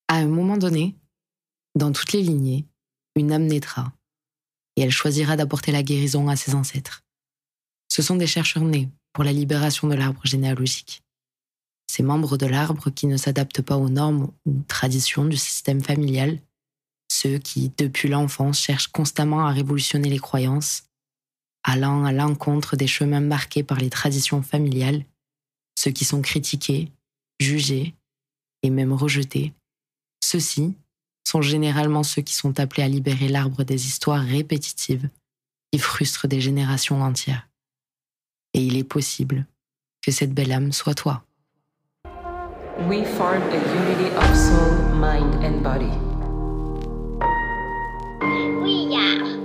À un moment donné, dans toutes les lignées, une âme naîtra, et elle choisira d'apporter la guérison à ses ancêtres. Ce sont des chercheurs nés pour la libération de l'arbre généalogique. Ces membres de l'arbre qui ne s'adaptent pas aux normes ou traditions du système familial, ceux qui, depuis l'enfance, cherchent constamment à révolutionner les croyances, allant à l'encontre des chemins marqués par les traditions familiales, ceux qui sont critiqués, jugés et même rejetés. Ceux-ci sont généralement ceux qui sont appelés à libérer l'arbre des histoires répétitives qui frustrent des générations entières. Et il est possible que cette belle âme soit toi. We form a unity of soul, mind and body. We are.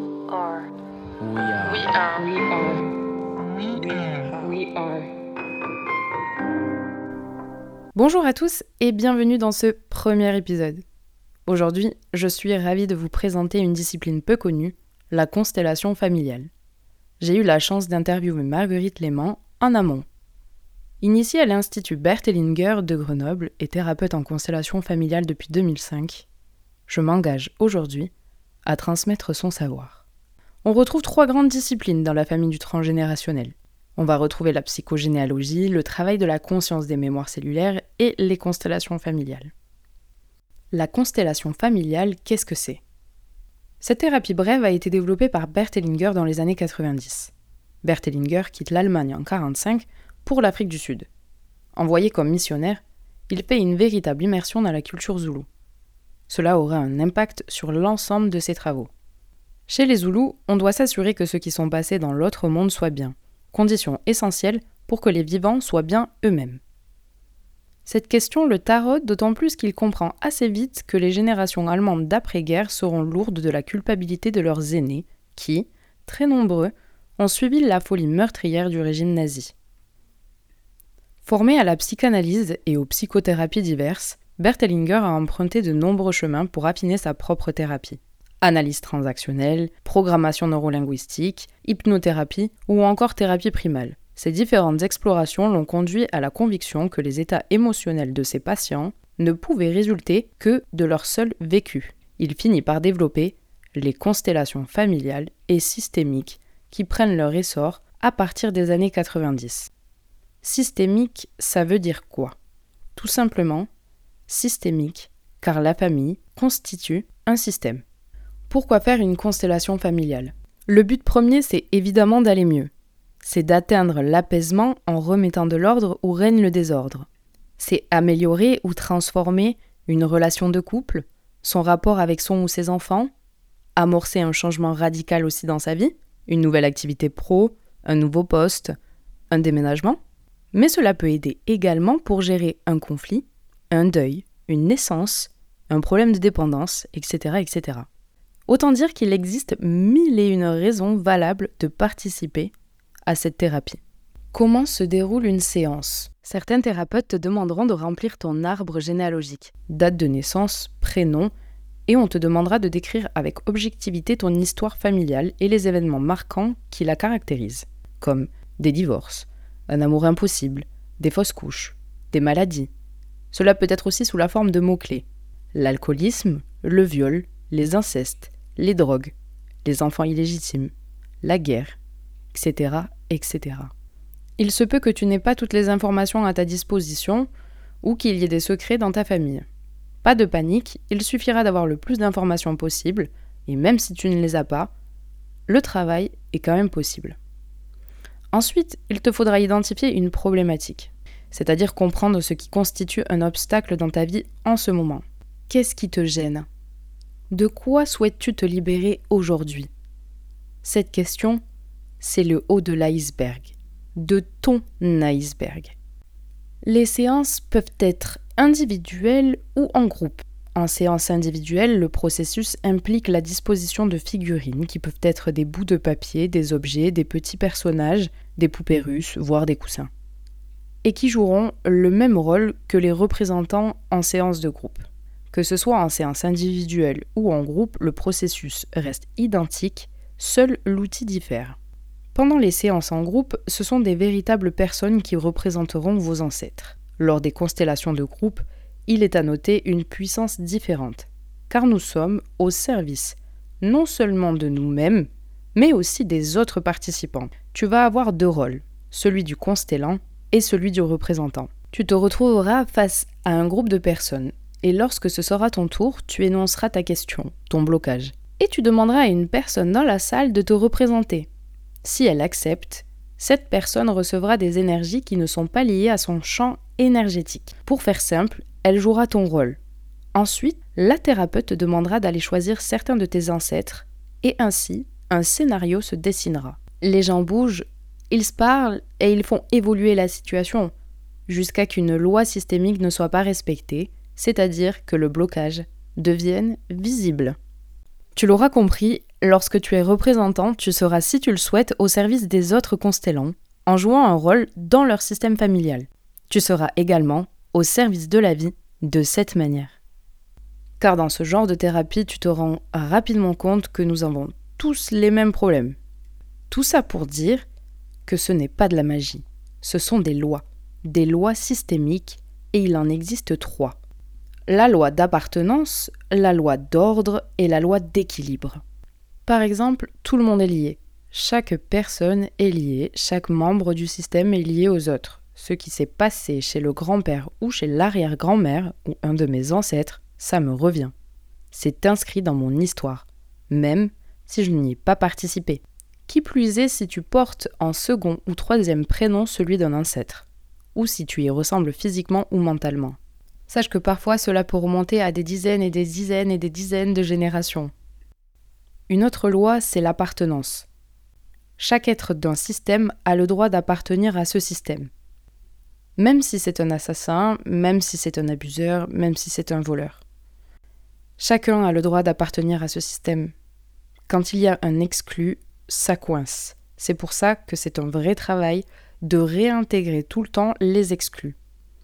Bonjour à tous et bienvenue dans ce premier épisode. Aujourd'hui, je suis ravie de vous présenter une discipline peu connue, la constellation familiale. J'ai eu la chance d'interviewer Marguerite Léman en amont. Initiée à l'Institut Bert Hellinger de Grenoble et thérapeute en constellation familiale depuis 2005, je m'engage aujourd'hui à transmettre son savoir. On retrouve 3 grandes disciplines dans la famille du transgénérationnel. On va retrouver la psychogénéalogie, le travail de la conscience des mémoires cellulaires et les constellations familiales. La constellation familiale, qu'est-ce que c'est ? Cette thérapie brève a été développée par Bert Hellinger dans les années 90. Bert Hellinger quitte l'Allemagne en 1945 pour l'Afrique du Sud. Envoyé comme missionnaire, il fait une véritable immersion dans la culture zoulou. Cela aura un impact sur l'ensemble de ses travaux. Chez les Zoulous, on doit s'assurer que ceux qui sont passés dans l'autre monde soient bien, condition essentielle pour que les vivants soient bien eux-mêmes. Cette question le taraude d'autant plus qu'il comprend assez vite que les générations allemandes d'après-guerre seront lourdes de la culpabilité de leurs aînés qui, très nombreux, ont suivi la folie meurtrière du régime nazi. Formé à la psychanalyse et aux psychothérapies diverses, Bert Hellinger a emprunté de nombreux chemins pour affiner sa propre thérapie. Analyse transactionnelle, programmation neurolinguistique, hypnothérapie ou encore thérapie primale. Ces différentes explorations l'ont conduit à la conviction que les états émotionnels de ses patients ne pouvaient résulter que de leur seul vécu. Il finit par développer les constellations familiales et systémiques qui prennent leur essor à partir des années 90. Systémique, ça veut dire quoi ? Tout simplement, systémique, car la famille constitue un système. Pourquoi faire une constellation familiale ? Le but premier, c'est évidemment d'aller mieux. C'est d'atteindre l'apaisement en remettant de l'ordre où règne le désordre. C'est améliorer ou transformer une relation de couple, son rapport avec son ou ses enfants, amorcer un changement radical aussi dans sa vie, une nouvelle activité pro, un nouveau poste, un déménagement. Mais cela peut aider également pour gérer un conflit, un deuil, une naissance, un problème de dépendance, etc., etc. Autant dire qu'il existe 1001 raisons valables de participer à cette thérapie. Comment se déroule une séance ? Certains thérapeutes te demanderont de remplir ton arbre généalogique, date de naissance, prénom, et on te demandera de décrire avec objectivité ton histoire familiale et les événements marquants qui la caractérisent, comme des divorces, un amour impossible, des fausses couches, des maladies. Cela peut être aussi sous la forme de mots-clés. L'alcoolisme, le viol, les incestes, les drogues, les enfants illégitimes, la guerre, etc., etc. Il se peut que tu n'aies pas toutes les informations à ta disposition ou qu'il y ait des secrets dans ta famille. Pas de panique, il suffira d'avoir le plus d'informations possible, et même si tu ne les as pas, le travail est quand même possible. Ensuite, il te faudra identifier une problématique, c'est-à-dire comprendre ce qui constitue un obstacle dans ta vie en ce moment. Qu'est-ce qui te gêne ? De quoi souhaites-tu te libérer aujourd'hui ? Cette question, c'est le haut de l'iceberg, de ton iceberg. Les séances peuvent être individuelles ou en groupe. En séance individuelle, le processus implique la disposition de figurines qui peuvent être des bouts de papier, des objets, des petits personnages, des poupées russes, voire des coussins, et qui joueront le même rôle que les représentants en séance de groupe. Que ce soit en séance individuelle ou en groupe, le processus reste identique, seul l'outil diffère. Pendant les séances en groupe, ce sont des véritables personnes qui représenteront vos ancêtres. Lors des constellations de groupe, il est à noter une puissance différente, car nous sommes au service non seulement de nous-mêmes, mais aussi des autres participants. Tu vas avoir 2 rôles, celui du constellant et celui du représentant. Tu te retrouveras face à un groupe de personnes, et lorsque ce sera ton tour, tu énonceras ta question, ton blocage. Et tu demanderas à une personne dans la salle de te représenter. Si elle accepte, cette personne recevra des énergies qui ne sont pas liées à son champ énergétique. Pour faire simple, elle jouera ton rôle. Ensuite, la thérapeute te demandera d'aller choisir certains de tes ancêtres, et ainsi, un scénario se dessinera. Les gens bougent, ils se parlent et ils font évoluer la situation, jusqu'à qu'une loi systémique ne soit pas respectée, c'est-à-dire que le blocage devienne visible. Tu l'auras compris, lorsque tu es représentant, tu seras, si tu le souhaites, au service des autres constellants, en jouant un rôle dans leur système familial. Tu seras également au service de la vie de cette manière. Car dans ce genre de thérapie, tu te rends rapidement compte que nous avons tous les mêmes problèmes. Tout ça pour dire que ce n'est pas de la magie, ce sont des lois systémiques, et il en existe 3. La loi d'appartenance, la loi d'ordre et la loi d'équilibre. Par exemple, tout le monde est lié. Chaque personne est liée, chaque membre du système est lié aux autres. Ce qui s'est passé chez le grand-père ou chez l'arrière-grand-mère ou un de mes ancêtres, ça me revient. C'est inscrit dans mon histoire, même si je n'y ai pas participé. Qui plus est si tu portes en second ou troisième prénom celui d'un ancêtre, ou si tu y ressembles physiquement ou mentalement. Sache que parfois cela peut remonter à des dizaines et des dizaines et des dizaines de générations. Une autre loi, c'est l'appartenance. Chaque être d'un système a le droit d'appartenir à ce système. Même si c'est un assassin, même si c'est un abuseur, même si c'est un voleur. Chacun a le droit d'appartenir à ce système. Quand il y a un exclu, ça coince. C'est pour ça que c'est un vrai travail de réintégrer tout le temps les exclus.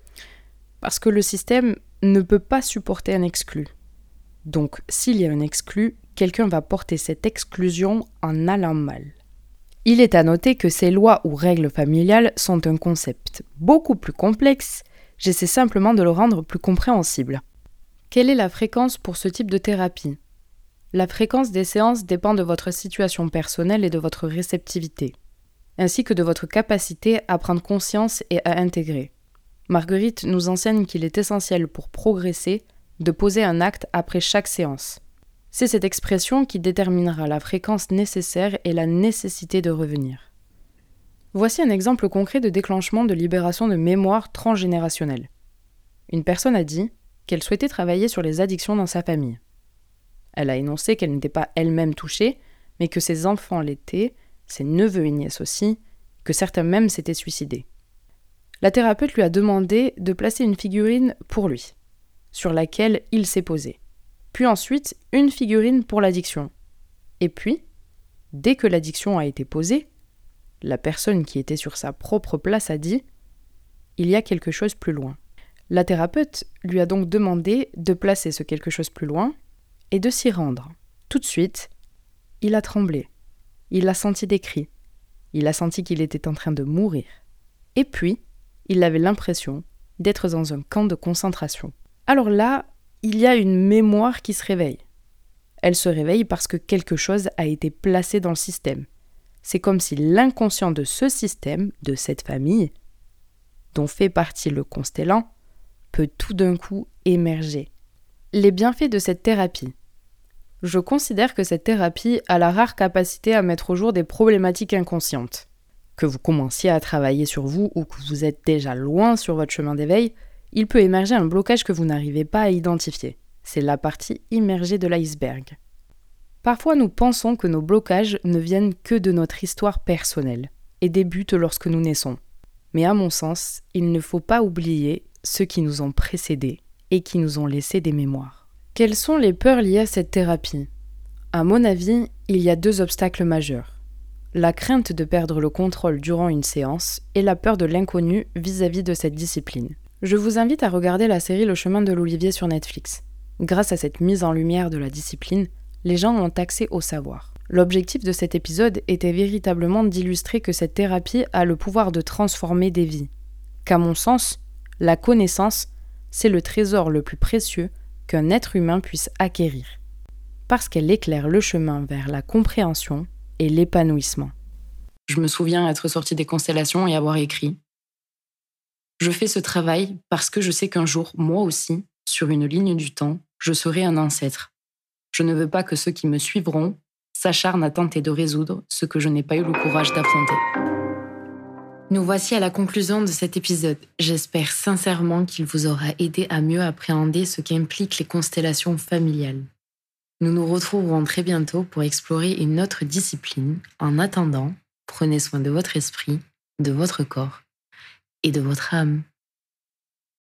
Parce que le système ne peut pas supporter un exclu. Donc, s'il y a un exclu, quelqu'un va porter cette exclusion en allant mal. Il est à noter que ces lois ou règles familiales sont un concept beaucoup plus complexe, j'essaie simplement de le rendre plus compréhensible. Quelle est la fréquence pour ce type de thérapie ? La fréquence des séances dépend de votre situation personnelle et de votre réceptivité, ainsi que de votre capacité à prendre conscience et à intégrer. Marguerite nous enseigne qu'il est essentiel pour progresser de poser un acte après chaque séance. C'est cette expression qui déterminera la fréquence nécessaire et la nécessité de revenir. Voici un exemple concret de déclenchement de libération de mémoire transgénérationnelle. Une personne a dit qu'elle souhaitait travailler sur les addictions dans sa famille. Elle a énoncé qu'elle n'était pas elle-même touchée, mais que ses enfants l'étaient, ses neveux et nièces aussi, que certains même s'étaient suicidés. La thérapeute lui a demandé de placer une figurine pour lui, sur laquelle il s'est posé. Puis ensuite, une figurine pour l'addiction. Et puis, dès que l'addiction a été posée, la personne qui était sur sa propre place a dit « Il y a quelque chose plus loin ». La thérapeute lui a donc demandé de placer ce quelque chose plus loin et de s'y rendre. Tout de suite, il a tremblé. Il a senti des cris. Il a senti qu'il était en train de mourir. Et puis, il avait l'impression d'être dans un camp de concentration. Alors là, il y a une mémoire qui se réveille. Elle se réveille parce que quelque chose a été placé dans le système. C'est comme si l'inconscient de ce système, de cette famille, dont fait partie le constellant, peut tout d'un coup émerger. Les bienfaits de cette thérapie. Je considère que cette thérapie a la rare capacité à mettre au jour des problématiques inconscientes. Que vous commenciez à travailler sur vous ou que vous êtes déjà loin sur votre chemin d'éveil, il peut émerger un blocage que vous n'arrivez pas à identifier. C'est la partie immergée de l'iceberg. Parfois, nous pensons que nos blocages ne viennent que de notre histoire personnelle et débutent lorsque nous naissons. Mais à mon sens, il ne faut pas oublier ceux qui nous ont précédés et qui nous ont laissé des mémoires. Quelles sont les peurs liées à cette thérapie ? À mon avis, il y a 2 obstacles majeurs. La crainte de perdre le contrôle durant une séance et la peur de l'inconnu vis-à-vis de cette discipline. Je vous invite à regarder la série Le chemin de l'Olivier sur Netflix. Grâce à cette mise en lumière de la discipline, les gens ont accès au savoir. L'objectif de cet épisode était véritablement d'illustrer que cette thérapie a le pouvoir de transformer des vies. Qu'à mon sens, la connaissance c'est le trésor le plus précieux qu'un être humain puisse acquérir, parce qu'elle éclaire le chemin vers la compréhension et l'épanouissement. Je me souviens être sortie des constellations et avoir écrit « Je fais ce travail parce que je sais qu'un jour, moi aussi, sur une ligne du temps, je serai un ancêtre. Je ne veux pas que ceux qui me suivront s'acharnent à tenter de résoudre ce que je n'ai pas eu le courage d'affronter. » Nous voici à la conclusion de cet épisode. J'espère sincèrement qu'il vous aura aidé à mieux appréhender ce qu'impliquent les constellations familiales. Nous nous retrouverons très bientôt pour explorer une autre discipline. En attendant, prenez soin de votre esprit, de votre corps et de votre âme.